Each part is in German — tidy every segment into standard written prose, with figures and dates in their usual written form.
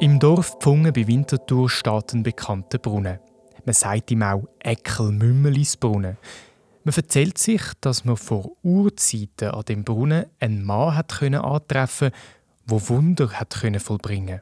Im Dorf Pfungen bei Winterthur steht ein bekannter Brunnen. Man sagt ihm auch Eckel-Mümmelis-Brunnen. Man erzählt sich, dass man vor Urzeiten an dem Brunnen einen Mann antreffen konnte, der Wunder vollbringen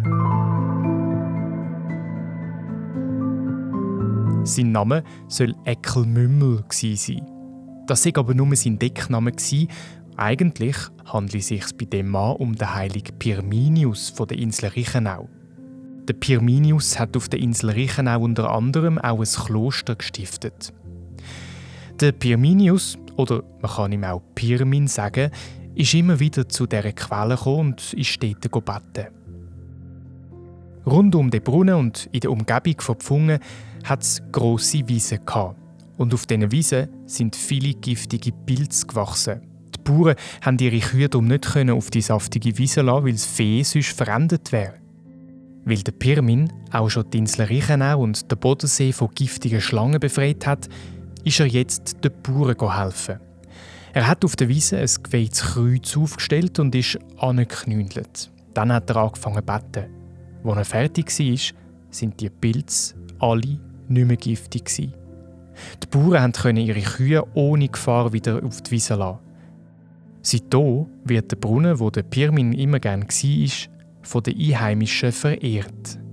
konnte. Sein Name soll Eckel-Mümmel sein. Das war aber nur sein Deckname. Eigentlich handelt es sich bei dem Mann um den heiligen Pirminius von der Insel Reichenau. Der Pirminius hat auf der Insel Reichenau unter anderem auch ein Kloster gestiftet. Der Pirminius, oder man kann ihm auch Pirmin sagen, ist immer wieder zu dieser Quelle gekommen und ist dort beten. Rund um den Brunnen und in der Umgebung von Pfungen hat es grosse Wiesen gehabt. Und auf diesen Wiesen sind viele giftige Pilze gewachsen. Die Bauern konnten ihre Kühe darum nicht auf die saftige Wiese lassen, weil das Vieh sonst verendet wäre. Weil der Pirmin auch schon die Insel Reichenau und den Bodensee von giftigen Schlangen befreit hat, ist er jetzt den Bauern helfen. Er hat auf der Wiese ein geweihtes Kreuz aufgestellt und ist angeknündelt. Dann hat er angefangen zu beten. Als er fertig war, sind die Pilze alle nicht mehr giftig gewesen. Die Bauern konnten ihre Kühe ohne Gefahr wieder auf die Wiese lassen. Seitdem wird der Brunnen, wo der Pirmin immer gerne war, von den Einheimischen verehrt.